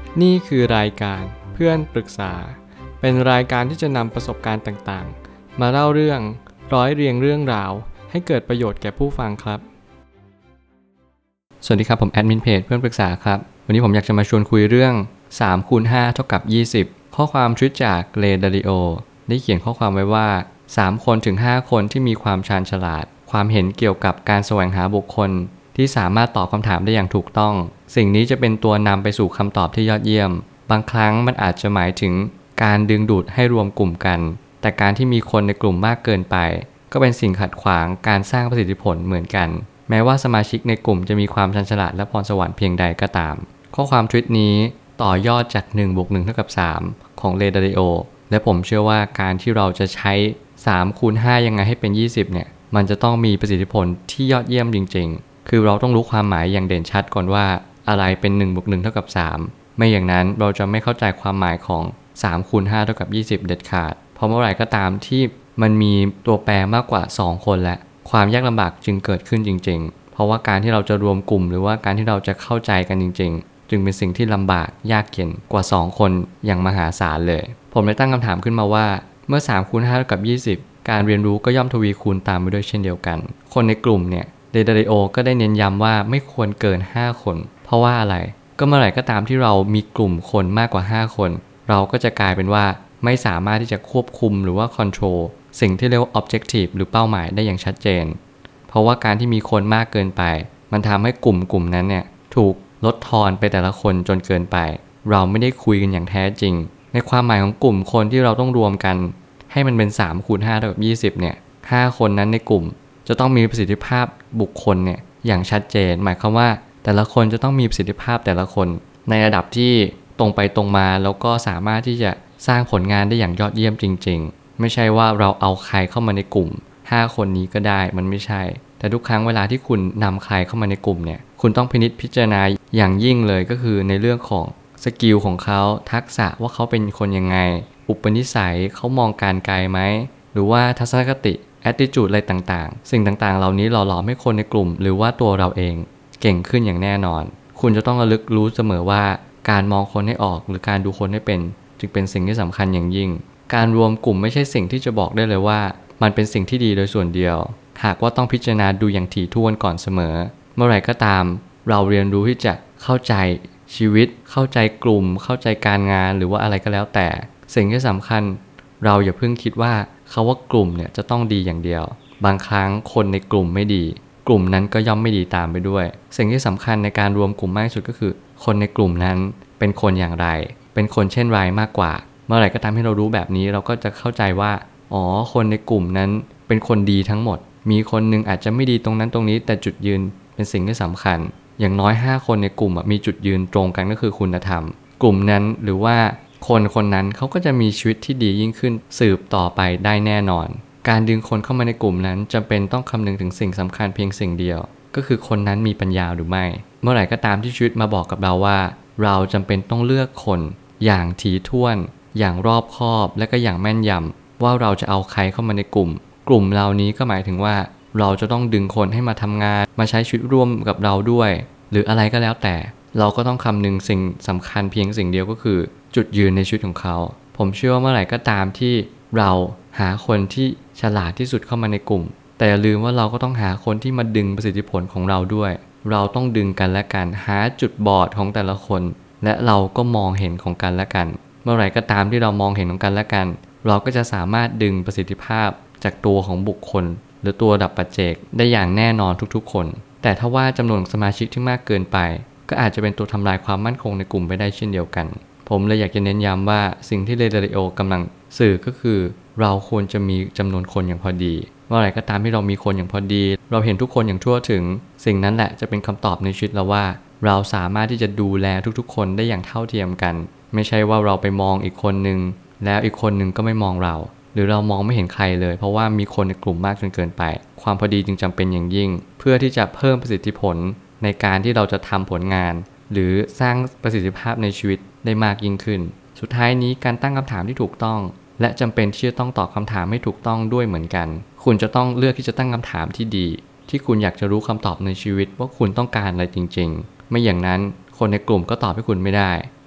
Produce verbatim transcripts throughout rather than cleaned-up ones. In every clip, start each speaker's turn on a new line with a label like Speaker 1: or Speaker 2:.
Speaker 1: นี่คือรายการเพื่อนปรึกษาเป็นรายการที่จะนำประสบการณ์ต่างๆมาเล่าเรื่องร้อยเรียงเรื่องราวให้เกิดประโยชน์แก่ผู้ฟังครับสวัสดีครับผมแอดมินเพจเพื่อนปรึกษาครับวันนี้ผมอยากจะมาชวนคุยเรื่องสามคูณห้าเท่ากับยี่สิบข้อความทวิตจากเลดาริโอได้เขียนข้อความไว้ว่าสามคนถึงห้าคนที่มีความชาญฉลาดความเห็นเกี่ยวกับการแสวงหาบุคคลที่สามารถตอบคำถามได้อย่างถูกต้องสิ่งนี้จะเป็นตัวนำไปสู่คำตอบที่ยอดเยี่ยมบางครั้งมันอาจจะหมายถึงการดึงดูดให้รวมกลุ่มกันแต่การที่มีคนในกลุ่มมากเกินไปก็เป็นสิ่งขัดขวางการสร้างประสิทธิผลเหมือนกันแม้ว่าสมาชิกในกลุ่มจะมีความชาญฉลาดและพรสวรรค์เพียงใดก็ตามข้อความทวิตนี้ต่อยอดจากหนึ่งบวกหนึ่งเท่ากับสามของเรดาริโอและผมเชื่อว่าการที่เราจะใช้สามคูณห้ายังไงให้เป็นยี่สิบเนี่ยมันจะต้องมีประสิทธิผลที่ยอดเยี่ยมจริงๆคือเราต้องรู้ความหมายอย่างเด่นชัดก่อนว่าอะไรเป็นหนึ่งบวกหนึ่งเท่ากับสามไม่อย่างนั้นเราจะไม่เข้าใจความหมายของสามคูณห้าเท่ากับยี่สิบเด็ดขาดเพราะเมื่อไหร่ก็ตามที่มันมีตัวแปรมากกว่าสองคนและความยากลำบากจึงเกิดขึ้นจริงๆเพราะว่าการที่เราจะรวมกลุ่มหรือว่าการที่เราจะเข้าใจกันจริงๆจึงเป็นสิ่งที่ลำบากยากเย็นกว่าสองคนอย่างมหาศาลเลยผมเลยตั้งคำถามขึ้นมาว่าเมื่อสามคูณห้าเท่ากับยี่สิบการเรียนรู้ก็ย่อมทวีคูณตามไปด้วยเช่นเดียวกันคนในกลุ่มเนี่ยเรดาริโอก็ได้เน้นย้ำว่าไม่ควรเกินห้าคนเพราะว่าอะไรก็เมื่อไหร่ก็ตามที่เรามีกลุ่มคนมากกว่าห้าคนเราก็จะกลายเป็นว่าไม่สามารถที่จะควบคุมหรือว่า control สิ่งที่เรียกว่า objective หรือเป้าหมายได้อย่างชัดเจนเพราะว่าการที่มีคนมากเกินไปมันทำให้กลุ่มกลุ่มนั้นเนี่ยถูกลดทอนไปแต่ละคนจนเกินไปเราไม่ได้คุยกันอย่างแท้จริงในความหมายของกลุ่มคนที่เราต้องรวมกันให้มันเป็นสามคูณห้าเท่ากับยี่สิบเนี่ยห้าคนนั้นในกลุ่มจะต้องมีประสิทธิภาพบุคคลเนี่ยอย่างชัดเจนหมายความว่าแต่ละคนจะต้องมีประสิทธิภาพแต่ละคนในระดับที่ตรงไปตรงมาแล้วก็สามารถที่จะสร้างผลงานได้อย่างยอดเยี่ยมจริงๆไม่ใช่ว่าเราเอาใครเข้ามาในกลุ่มห้าคนนี้ก็ได้มันไม่ใช่แต่ทุกครั้งเวลาที่คุณนำใครเข้ามาในกลุ่มเนี่ยคุณต้องพินิจพิจารณาอย่างยิ่งเลยก็คือในเรื่องของสกิลของเขาทักษะว่าเขาเป็นคนยังไงอุปนิสัยเขามองการไกลไหมหรือว่าทัศนคติ attitude อะไรต่างๆสิ่งต่างๆเหล่านี้หล่อหลอมให้คนในกลุ่มหรือว่าตัวเราเองเก่งขึ้นอย่างแน่นอนคุณจะต้องระลึกรู้เสมอว่าการมองคนให้ออกหรือการดูคนให้เป็นจึงเป็นสิ่งที่สำคัญอย่างยิ่งการรวมกลุ่มไม่ใช่สิ่งที่จะบอกได้เลยว่ามันเป็นสิ่งที่ดีโดยส่วนเดียวหากว่าต้องพิจารณาดูอย่างถี่ถ้วนก่อนเสมอเมื่อไหร่ก็ตามเราเรียนรู้ที่จะเข้าใจชีวิตเข้าใจกลุ่มเข้าใจการงานหรือว่าอะไรก็แล้วแต่สิ่งที่สำคัญเราอย่าเพิ่งคิดว่าเขาว่ากลุ่มเนี่ยจะต้องดีอย่างเดียวบางครั้งคนในกลุ่มไม่ดีกลุ่มนั้นก็ย่อมไม่ดีตามไปด้วยสิ่งที่สำคัญในการรวมกลุ่มมากที่สุดก็คือคนในกลุ่มนั้นเป็นคนอย่างไรเป็นคนเช่นไรมากกว่าเมื่อไหร่ก็ตามที่เรารู้แบบนี้เราก็จะเข้าใจว่าอ๋อคนในกลุ่มนั้นเป็นคนดีทั้งหมดมีคนนึงอาจจะไม่ดีตรงนั้นตรงนี้แต่จุดยืนเป็นสิ่งที่สำคัญอย่างน้อยห้าคนในกลุ่มมีจุดยืนตรงกันก็คือคุณธรรมกลุ่มนั้นหรือว่าคนคนนั้นเขาก็จะมีชีวิตที่ดียิ่งขึ้นสืบต่อไปได้แน่นอนการดึงคนเข้ามาในกลุ่มนั้นจำเป็นต้องคำนึงถึงสิ่งสำคัญเพียงสิ่งเดียวก็คือคนนั้นมีปัญญาหรือไม่เมื่อไหร่ก็ตามที่ชีวิตมาบอกกับเราว่าเราจำเป็นต้องเลือกคนอย่างถี่ถ้วนอย่างรอบคอบและก็อย่างแม่นยำว่าเราจะเอาใครเข้ามาในกลุ่มกลุ่มเหล่านี้ก็หมายถึงว่าเราจะต้องดึงคนให้มาทำงานมาใช้ชีวิตร่วมกับเราด้วยหรืออะไรก็แล้วแต่เราก็ต้องคำนึงสิ่งสำคัญเพียงสิ่งเดียวก็คือจุดยืนในชีวิตของเขาผมเชื่อว่าเมื่อไหร่ก็ตามที่เราหาคนที่ฉลาดที่สุดเข้ามาในกลุ่มแต่อย่าลืมว่าเราก็ต้องหาคนที่มาดึงประสิทธิผลของเราด้วยเราต้องดึงกันและกันหาจุดบอดของแต่ละคนและเราก็มองเห็นของกันและกันเมื่อไหร่ก็ตามที่เรามองเห็นของกันและกันเราก็จะสามารถดึงประสิทธิภาพจากตัวของบุคคลหรือตัวระดับปัจเจกได้อย่างแน่นอนทุกๆคนแต่ถ้าว่าจำนวนสมาชิกที่มากเกินไปก็อาจจะเป็นตัวทำลายความมั่นคงในกลุ่มไปได้เช่นเดียวกันผมเลยอยากจะเน้นย้ำว่าสิ่งที่เรดาริโอกำลังสื่อก็คือเราควรจะมีจำนวนคนอย่างพอดีเมื่อไหร่ก็ตามที่เรามีคนอย่างพอดีเราเห็นทุกคนอย่างทั่วถึงสิ่งนั้นแหละจะเป็นคำตอบในชีวิตเราว่าเราสามารถที่จะดูแลทุกๆคนได้อย่างเท่าเทียมกันไม่ใช่ว่าเราไปมองอีกคนนึงแล้วอีกคนนึงก็ไม่มองเราหรือเรามองไม่เห็นใครเลยเพราะว่ามีคนในกลุ่มมากจนเกินไปความพอดีจึงจำเป็นอย่างยิ่งเพื่อที่จะเพิ่มประสิทธิผลในการที่เราจะทำผลงานหรือสร้างประสิทธิภาพในชีวิตได้มากยิ่งขึ้นสุดท้ายนี้การตั้งคำถามที่ถูกต้องและจำเป็นที่จะต้องตอบคำถามให้ถูกต้องด้วยเหมือนกันคุณจะต้องเลือกที่จะตั้งคำถามที่ดีที่คุณอยากจะรู้คำตอบในชีวิตว่าคุณต้องการอะไรจริงๆไม่อย่างนั้นคนในกลุ่มก็ตอบให้คุณไม่ได้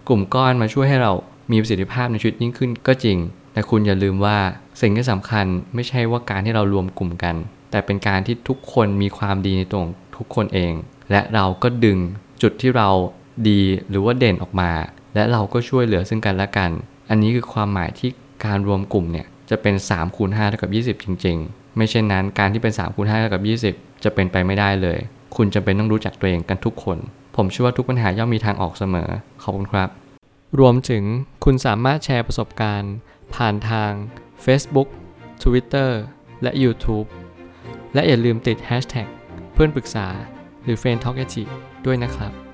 Speaker 1: กลุ่มก้อนมาช่วยให้เรามีประสิทธิภาพในชีวิตยิ่งขึ้นก็จริงแต่คุณอย่าลืมว่าสิ่งที่สำคัญไม่ใช่ว่าการที่เรารวมกลุ่มกันแต่เป็นการที่ทุกคนมีความดีในตัวของทุกคนเองและเราก็ดึงจุดที่เราดีหรือว่าเด่นออกมาและเราก็ช่วยเหลือซึ่งกันและกันอันนี้คือความหมายที่การรวมกลุ่มเนี่ยจะเป็นสามคูณห้าเท่ากับยี่สิบจริงๆไม่เช่นนั้นการที่เป็นสามคูณห้าเท่ากับยี่สิบจะเป็นไปไม่ได้เลยคุณจำเป็นต้องรู้จักตัวเองกันทุกคนผมเชื่อว่าทุกปัญหาย่อมมีทางออกเสมอขอบคุณครับรวมถึงคุณสามารถแชร์ประสบการณ์ผ่านทาง Facebook Twitter และ YouTube และอย่าลืมติด แฮชแท็ก เพื่อนปรึกษาหรือ เฟรนด์ ทอล์ก ด้วยนะครับ